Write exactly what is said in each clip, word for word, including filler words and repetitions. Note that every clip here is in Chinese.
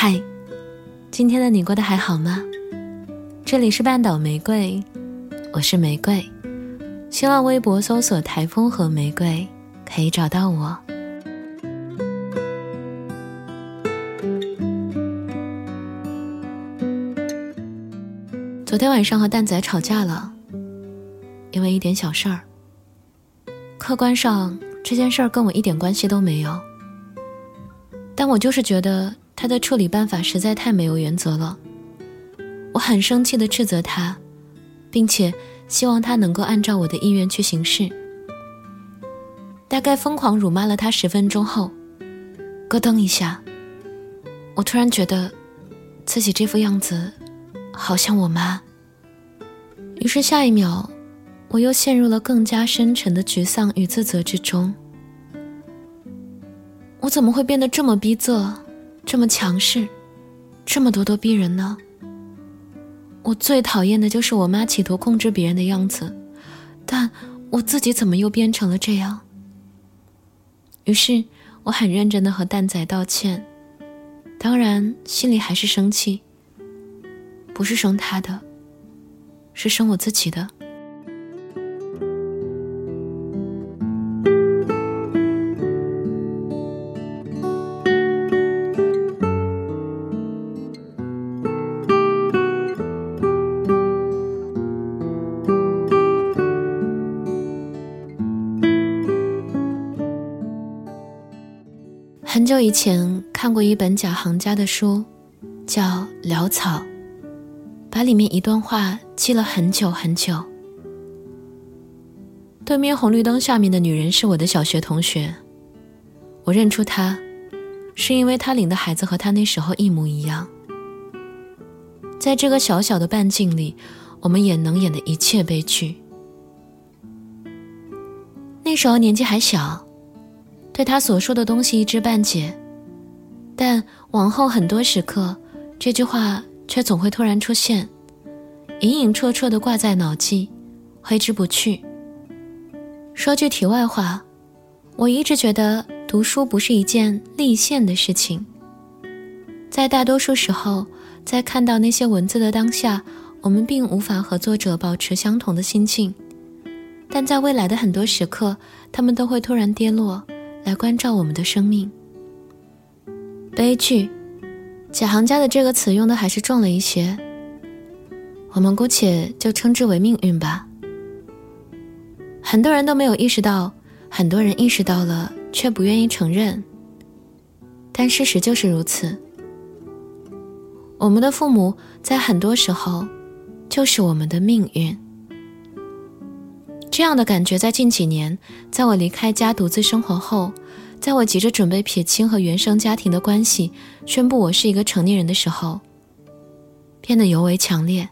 嗨，今天的你过得还好吗？这里是半岛玫瑰，我是玫瑰，新浪微博搜索台风和玫瑰可以找到我。昨天晚上和蛋仔吵架了，因为一点小事儿。客观上这件事儿跟我一点关系都没有，但我就是觉得他的处理办法实在太没有原则了。我很生气地斥责他，并且希望他能够按照我的意愿去行事。大概疯狂辱骂了他十分钟后，咯噔一下，我突然觉得自己这副样子好像我妈。于是下一秒我又陷入了更加深沉的沮丧与自责之中。我怎么会变得这么逼仄，这么强势，这么咄咄逼人呢？我最讨厌的就是我妈企图控制别人的样子，但我自己怎么又变成了这样？于是我很认真地和蛋仔道歉，当然心里还是生气，不是生他的，是生我自己的。很久以前看过一本贾行家的书，叫《潦草》，把里面一段话记了很久很久。对面红绿灯下面的女人是我的小学同学，我认出她，是因为她领的孩子和她那时候一模一样。在这个小小的半径里，我们也能演的一切悲剧。那时候年纪还小，对他所说的东西一知半解，但往后很多时刻，这句话却总会突然出现，隐隐绰绰地挂在脑际，挥之不去。说句题外话，我一直觉得读书不是一件立宪的事情。在大多数时候，在看到那些文字的当下，我们并无法和作者保持相同的心境，但在未来的很多时刻，他们都会突然跌落来关照我们的生命。悲剧，贾行家的这个词用的还是重了一些，我们姑且就称之为命运吧。很多人都没有意识到，很多人意识到了却不愿意承认，但事实就是如此。我们的父母在很多时候就是我们的命运。这样的感觉在近几年，在我离开家独自生活后，在我急着准备撇清和原生家庭的关系，宣布我是一个成年人的时候，变得尤为强烈。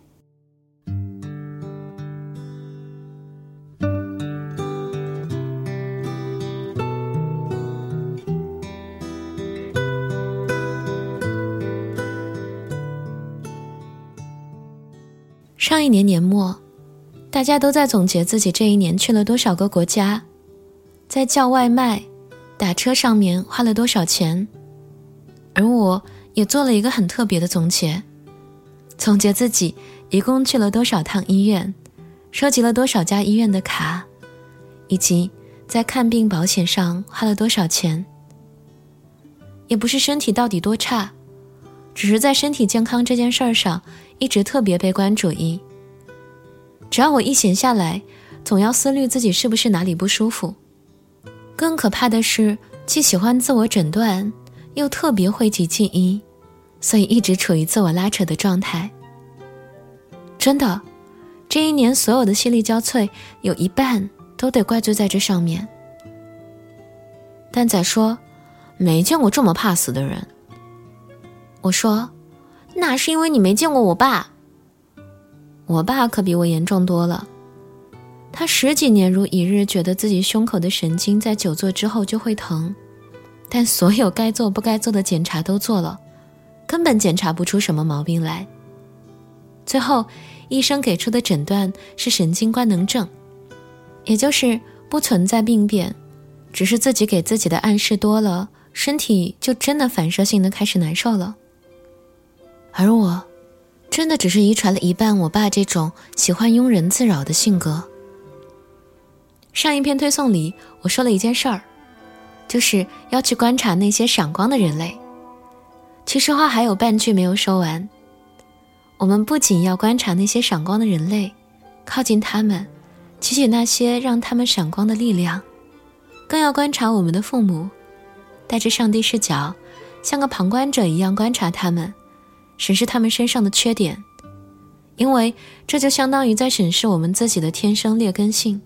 上一年年末，大家都在总结自己这一年去了多少个国家，在叫外卖、打车上面花了多少钱，而我也做了一个很特别的总结，总结自己一共去了多少趟医院，收集了多少家医院的卡，以及在看病保险上花了多少钱。也不是身体到底多差，只是在身体健康这件事儿上一直特别悲观主义。只要我一闲下来，总要思虑自己是不是哪里不舒服。更可怕的是，既喜欢自我诊断，又特别讳疾忌医，所以一直处于自我拉扯的状态。真的，这一年所有的犀利交瘁，有一半都得怪罪在这上面。蛋仔说，没见过这么怕死的人。我说，那是因为你没见过我爸。我爸可比我严重多了，他十几年如一日觉得自己胸口的神经在久坐之后就会疼，但所有该做不该做的检查都做了，根本检查不出什么毛病来。最后医生给出的诊断是神经官能症，也就是不存在病变，只是自己给自己的暗示多了，身体就真的反射性的开始难受了。 而我真的只是遗传了一半我爸这种喜欢庸人自扰的性格。上一篇推送里我说了一件事儿，就是要去观察那些闪光的人类。其实话还有半句没有说完，我们不仅要观察那些闪光的人类，靠近他们，汲取那些让他们闪光的力量，更要观察我们的父母，带着上帝视角，像个旁观者一样观察他们，审视他们身上的缺点，因为这就相当于在审视我们自己的天生劣根性。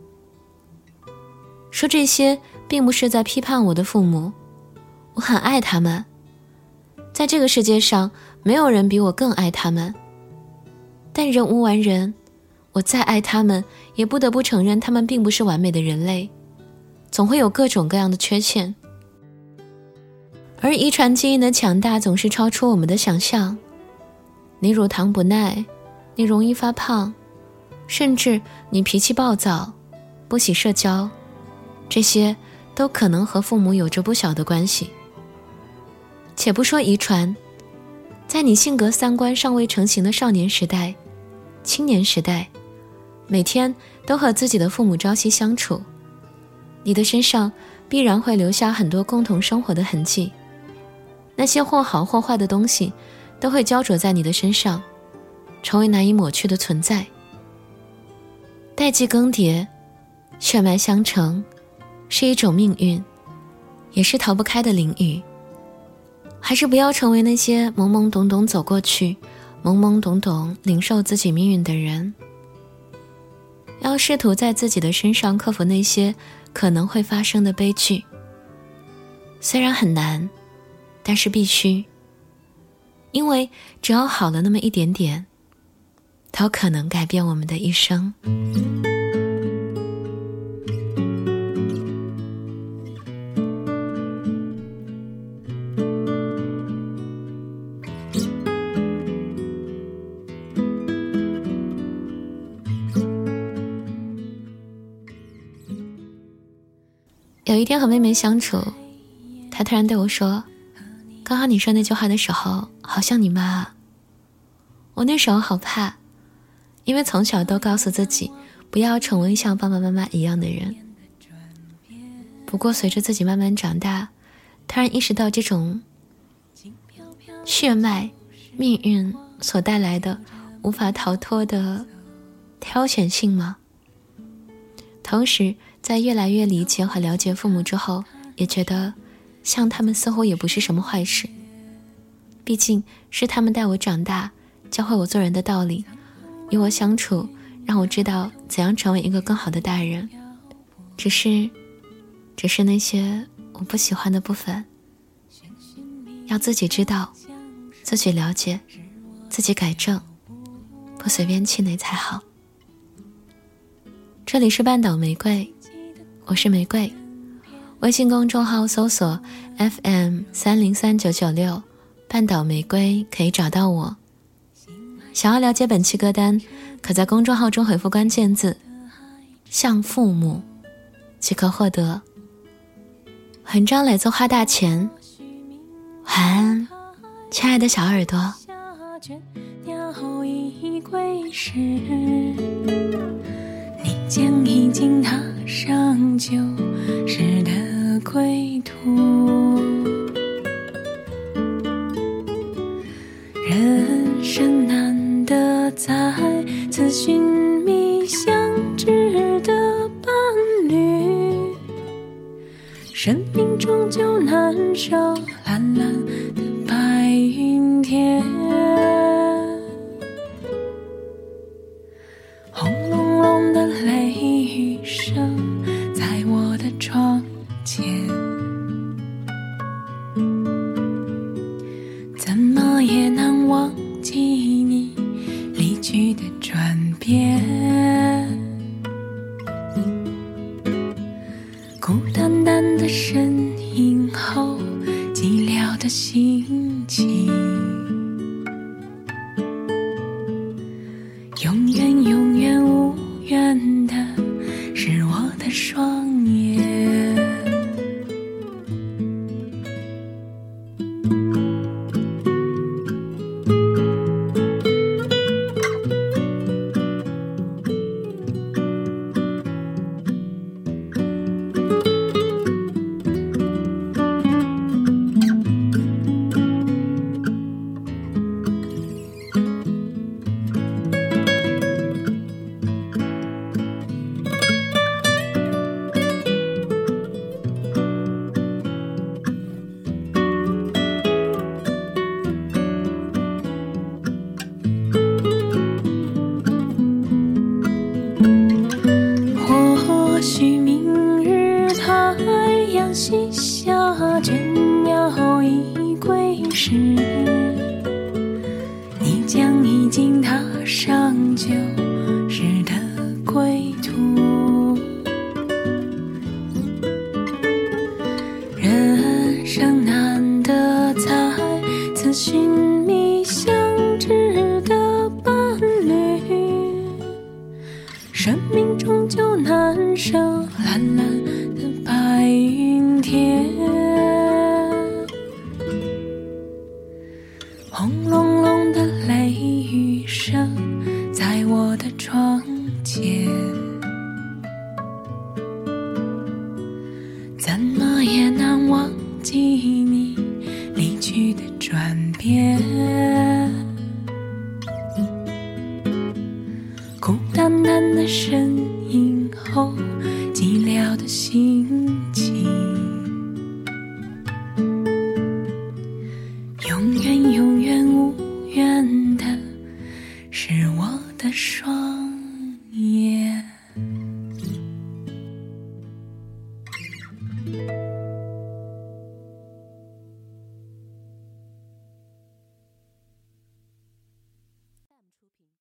说这些并不是在批判我的父母，我很爱他们，在这个世界上没有人比我更爱他们，但人无完人，我再爱他们也不得不承认他们并不是完美的人类，总会有各种各样的缺陷。而遗传基因的强大总是超出我们的想象，你乳糖不耐，你容易发胖，甚至你脾气暴躁，不喜社交，这些都可能和父母有着不小的关系。且不说遗传，在你性格三观尚未成型的少年时代、青年时代，每天都和自己的父母朝夕相处，你的身上必然会留下很多共同生活的痕迹，那些或好或坏的东西都会焦灼在你的身上，成为难以抹去的存在。代际更迭，血脉相承，是一种命运，也是逃不开的领域。还是不要成为那些懵懵懂懂走过去，懵懵懂懂领受自己命运的人。要试图在自己的身上克服那些可能会发生的悲剧，虽然很难，但是必须，因为只要好了那么一点点，都可能改变我们的一生。有一天和妹妹相处，她突然对我说，刚好你说那句话的时候好像你妈啊。我那时候好怕，因为从小都告诉自己不要成为像爸爸妈妈一样的人。不过随着自己慢慢长大，突然意识到这种血脉命运所带来的无法逃脱的挑选性吗？同时在越来越理解和了解父母之后，也觉得像他们似乎也不是什么坏事，毕竟是他们带我长大，教会我做人的道理，与我相处，让我知道怎样成为一个更好的大人。只是只是那些我不喜欢的部分，要自己知道，自己了解，自己改正，不随便气馁才好。这里是半岛玫瑰，我是玫瑰，微信公众号搜索 F M 三零三九九六 半岛玫瑰可以找到我。想要了解本期歌单，可在公众号中回复关键字像父母即可获得。文章来自花大钱，晚安亲爱的小耳朵。 你将已经踏上旧时的归途，人生难得再次寻觅相知的伴侣，生命终究难舍蓝蓝的白云天，轰隆隆的雷雨声在我的窗前，怎么也难忘记你离去的转变，孤单单的身影后寂寥的心情，永远永远无缘的是我的双眼。 下倦鸟已归时，你将已经踏上旧时的归途。人生难得再次寻觅相知的伴侣，生命终究难舍蓝蓝的白云天。轰隆隆的雷雨声在我的窗前，怎么也难忘记你离去的转变。孤单单的身